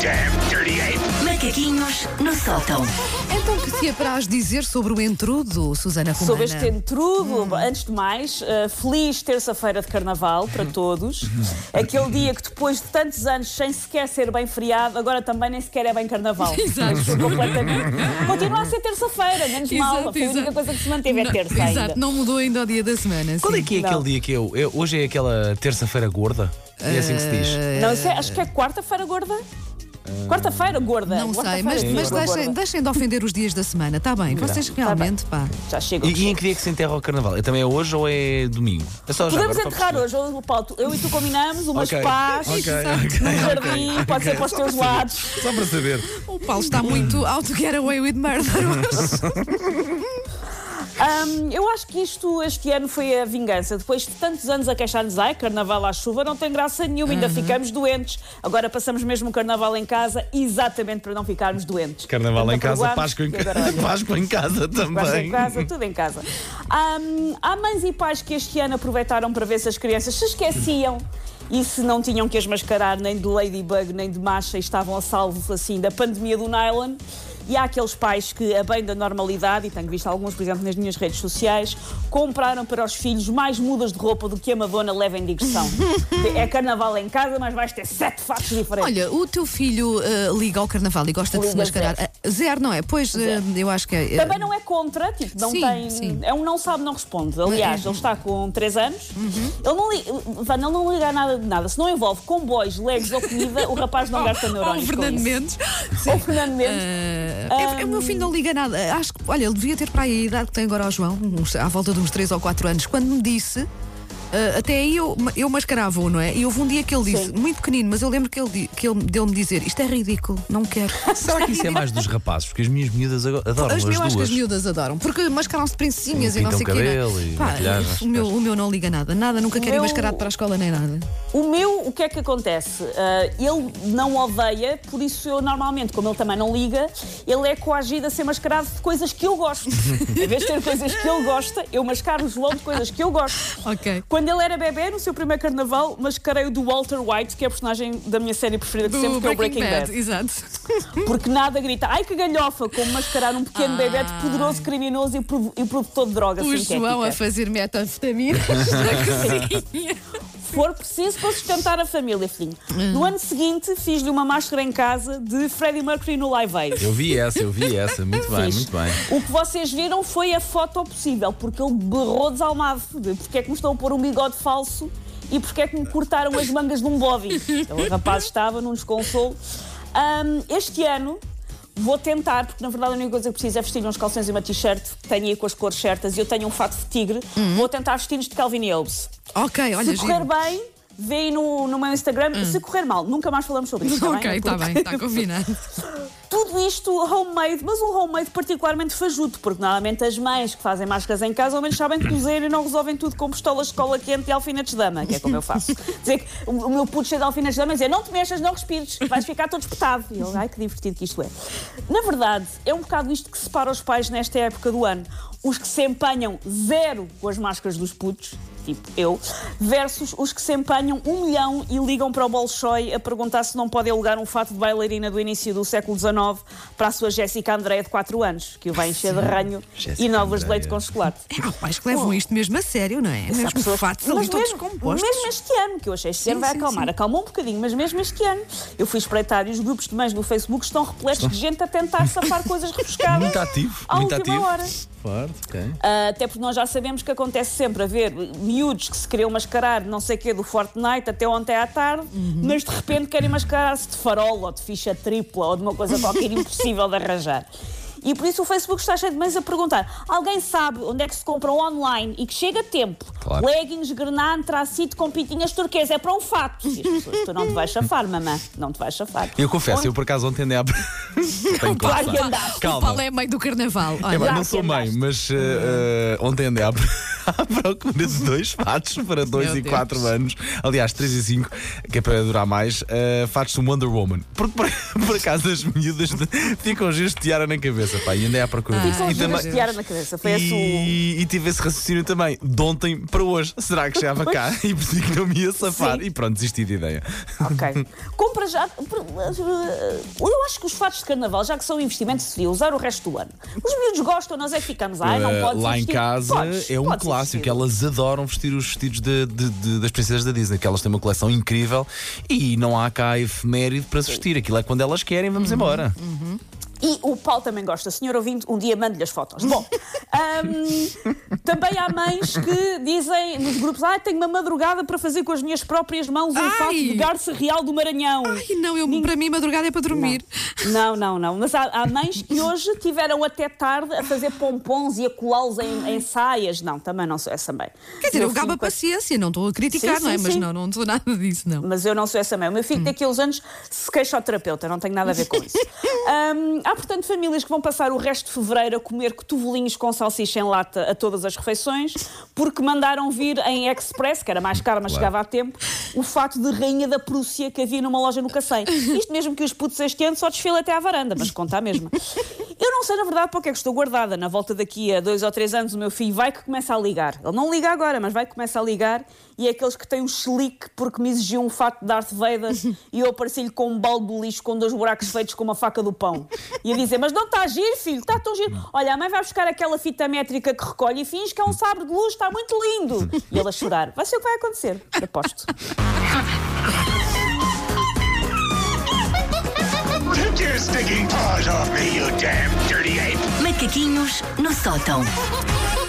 damn dirty ape! Macaquinhos no sótão. Então, que se apraz dizer sobre o entrudo, Susana Romana? Sobre este entrudo, antes de mais, feliz terça-feira de Carnaval para todos. Aquele dia que depois de tantos anos sem sequer ser bem feriado, agora também nem sequer é bem Carnaval. Exato. Completamente. Continua a ser terça-feira, menos mal. Foi a única coisa que se manteve, é terça ainda. Exato, não mudou ainda o dia da semana. Quando é sim. que é Não. aquele dia que hoje é aquela terça-feira gorda? É assim que se diz. Não sei, acho que é quarta-feira gorda. Quarta-feira gorda. Não sei, mas Quarta-feira deixem de ofender os dias da semana, está bem? Vocês realmente, pá. Já chega. E em que dia é que se enterra o Carnaval? É também hoje ou é domingo? É só já Podemos agora para enterrar perceber. hoje, Paulo. Eu e tu combinamos umas Ok, pás ok, no jardim, pode ser para os teus lados. Só para saber. O Paulo está muito out to get away with murder hoje. Eu acho que isto este ano foi a vingança. Depois de tantos anos a queixar-nos, Carnaval à chuva não tem graça nenhuma, ainda ficamos doentes. Agora passamos mesmo o Carnaval em casa, exatamente para não ficarmos doentes. Carnaval Portanto, em casa, aprovámos Páscoa em e agora, casa. olha, Páscoa em casa Páscoa também. em casa, tudo em casa. Há mães e pais que este ano aproveitaram para ver se as crianças se esqueciam e se não tinham que as mascarar nem de Ladybug nem de Masha e estavam a salvo assim da pandemia do nylon. E há aqueles pais que, a bem da normalidade, e tenho visto alguns, por exemplo, nas minhas redes sociais, compraram para os filhos mais mudas de roupa do que a Madonna leva em digressão. É Carnaval em casa, mas vais ter 7 fatos diferentes. Olha, o teu filho liga ao Carnaval e gosta de se Liga mascarar. Zero, não é? Pois, eu acho que é. Também não é contra, tipo, não Sim, tem. sim. É um não sabe, não responde. Aliás, ele está com 3 anos, ele não liga a nada de nada. Se não envolve comboios, legos ou comida, o rapaz não gasta Ou neurónios. o com Fernando isso. Mendes. Ou Fernando Mendes. O meu filho não liga nada. Acho que, olha, ele devia ter para aí a idade que tem agora ao João, à volta de uns 3 ou 4 anos, quando me disse. Até aí eu mascarava-o, não é? E houve um dia que ele disse, Sim. muito pequenino, mas eu lembro que ele deu-me dizer: isto é ridículo, não quero. Será que isso é mais dos rapazes? Porque as minhas miúdas adoram as Eu acho que duas. as miúdas adoram, porque mascaram-se de princesinhas Sim, e não sei o pintam quê. cabelo e maquilhagem, acho o meu não liga nada, nunca quer ir meu- mascarado para a escola nem nada. O que é que acontece? Ele não odeia, por isso eu normalmente, como ele também não liga, ele é coagido a ser mascarado de coisas que eu gosto. Em vez de ter coisas que ele gosta, eu mascaro o João de coisas que eu gosto. Ok. Quando ele era bebê, no seu primeiro Carnaval, mascarei o do Walter White, que é a personagem da minha série preferida de sempre, que é o Breaking Bad. Exato. Porque nada grita, ai que galhofa, como mascarar um pequeno bebê de poderoso criminoso e produtor de droga O sintética. João a fazer metanfetaminas na cozinha. For preciso para sustentar a família, filhinho. No ano seguinte, fiz-lhe uma máscara em casa de Freddie Mercury no Live Aid. Eu vi essa. Muito bem, Fiz. muito bem. O que vocês viram foi a foto possível, porque ele berrou desalmado de porque é que me estão a pôr um bigode falso e porque é que me cortaram as mangas de um body. Então, o rapaz estava num desconsolo. Este ano vou tentar, porque na verdade a única coisa que preciso é vestir uns calções e uma t-shirt que tenho aí com as cores certas e eu tenho um fato de tigre. Vou tentar vestir-nos de Calvin e Hobbes. Ok, olha, Se correr giro. bem, vê aí no meu Instagram. Se correr mal, nunca mais falamos sobre isto. Ok, está bem, está combinado. Tudo isto homemade, mas um homemade particularmente fajuto, porque normalmente as mães que fazem máscaras em casa ao menos sabem cozer e não resolvem tudo com pistolas de cola quente e alfinetes de dama, que é como eu faço. Dizer que o meu puto cheio de alfinetes de dama e dizer não te mexas, não respires, vais ficar todo espetado. E ele, ai que divertido que isto é. Na verdade, é um bocado isto que separa os pais nesta época do ano. Os que se empenham zero com as máscaras dos putos, tipo eu, versus os que se empenham 1 milhão e ligam para o Bolshoi a perguntar se não pode alugar um fato de bailarina do início do século XIX para a sua Jéssica Andréia de 4 anos, que o vai encher de ranho Jéssica e novas de Andréia. leite com chocolate. Há pais que levam isto mesmo a sério, não é? Há Mesmo pessoas- fatos mas ali todos mesmo, compostos. mesmo este ano, que eu achei este ano vai sim, acalmar. sim. Acalmou um bocadinho, mas mesmo este ano. Eu fui espreitar e os grupos de mães do Facebook estão repletos de gente a tentar safar coisas rebuscadas Muito ativo, à muito última ativo. hora. Forte, ok. Até porque nós já sabemos que acontece sempre haver miúdos que se queriam mascarar de não sei o quê do Fortnite até ontem à tarde, mas de repente querem mascarar-se de farol ou de ficha tripla ou de uma coisa qualquer impossível de arranjar. E por isso o Facebook está cheio de mães a perguntar: alguém sabe onde é que se compram online e que chega a tempo? Claro. Leggings, grenade, tracito com pintinhas turquesas. É para um fato. E as pessoas, tu não te vais chafar, mamã. Não te vais chafar. Eu confesso, eu por acaso ontem andei a. Tenho que Claro confessar. que andaste. O Calma. Paulo é meio do carnaval. É, Olha, pá, Já não sou que mãe, andaste. mas ontem andei à procura de 2 fatos para 2 Meu e Deus. 4 anos. Aliás, 3 e 5, que é para durar mais. Fatos de Wonder Woman. Porque por acaso as miúdas ficam giros de tiara na cabeça, pá, e andei à procura disso. Ficam E giras também- de tiara na cabeça. Foi esse o. E tive esse raciocínio também, de ontem para hoje. Será que chegava cá e percebi que não me ia safar? Sim. E pronto, desisti de ideia. Ok. Compra já. Eu acho que os fatos de carnaval, já que são investimento, se devia usar o resto do ano. Os miúdos gostam, nós é que ficamos. Ai, não podes Lá em investir. casa Podes, é um podes clássico. investir. Elas adoram vestir os vestidos das princesas da Disney, que elas têm uma coleção incrível e não há cá efeméride para se vestir. Aquilo é quando elas querem, vamos embora. E o Paulo também gosta, senhor ouvinte, um dia mande-lhe as fotos. Bom, também há mães que dizem nos grupos: tenho uma madrugada para fazer com as minhas próprias mãos um fato de garça real do Maranhão. Ai, não, para mim madrugada é para dormir. Não. Mas há mães que hoje tiveram até tarde a fazer pompons e a colá-los em saias. Não, também não sou essa mãe. Quer dizer, Meu eu gabo filho, a paciência, não estou a criticar, Sim, não é? sim, Mas sim. não sou nada disso, não. Mas eu não sou essa mãe. O meu filho daqui a uns anos se queixa ao terapeuta, não tenho nada a ver com isso. Há, portanto, famílias que vão passar o resto de fevereiro a comer cotovelinhos com salsicha em lata a todas as refeições, porque mandaram vir em Express, que era mais caro, mas chegava a tempo, o fato de rainha da Prússia que havia numa loja no Cacém. Isto mesmo que os putos este ano só desfile até à varanda, mas conta a mesma. Eu não sei, na verdade, para o que é que estou guardada. Na volta daqui a 2 ou 3 anos, o meu filho vai que começa a ligar. Ele não liga agora, mas vai que começa a ligar, e é aqueles que têm um chelique porque me exigiu um fato de Darth Vader e eu apareci-lhe com um balde de lixo com 2 buracos feitos com uma faca do pão. E a dizer: mas não está a giro, filho, está tão giro. Olha, a mãe vai buscar aquela fita métrica que recolhe e finge que é um sabre de luz, está muito lindo. E ele a chorar. Vai ser o que vai acontecer, aposto. Take your stinking paws off me, you damn dirty ape! Macaquinhos no sótão.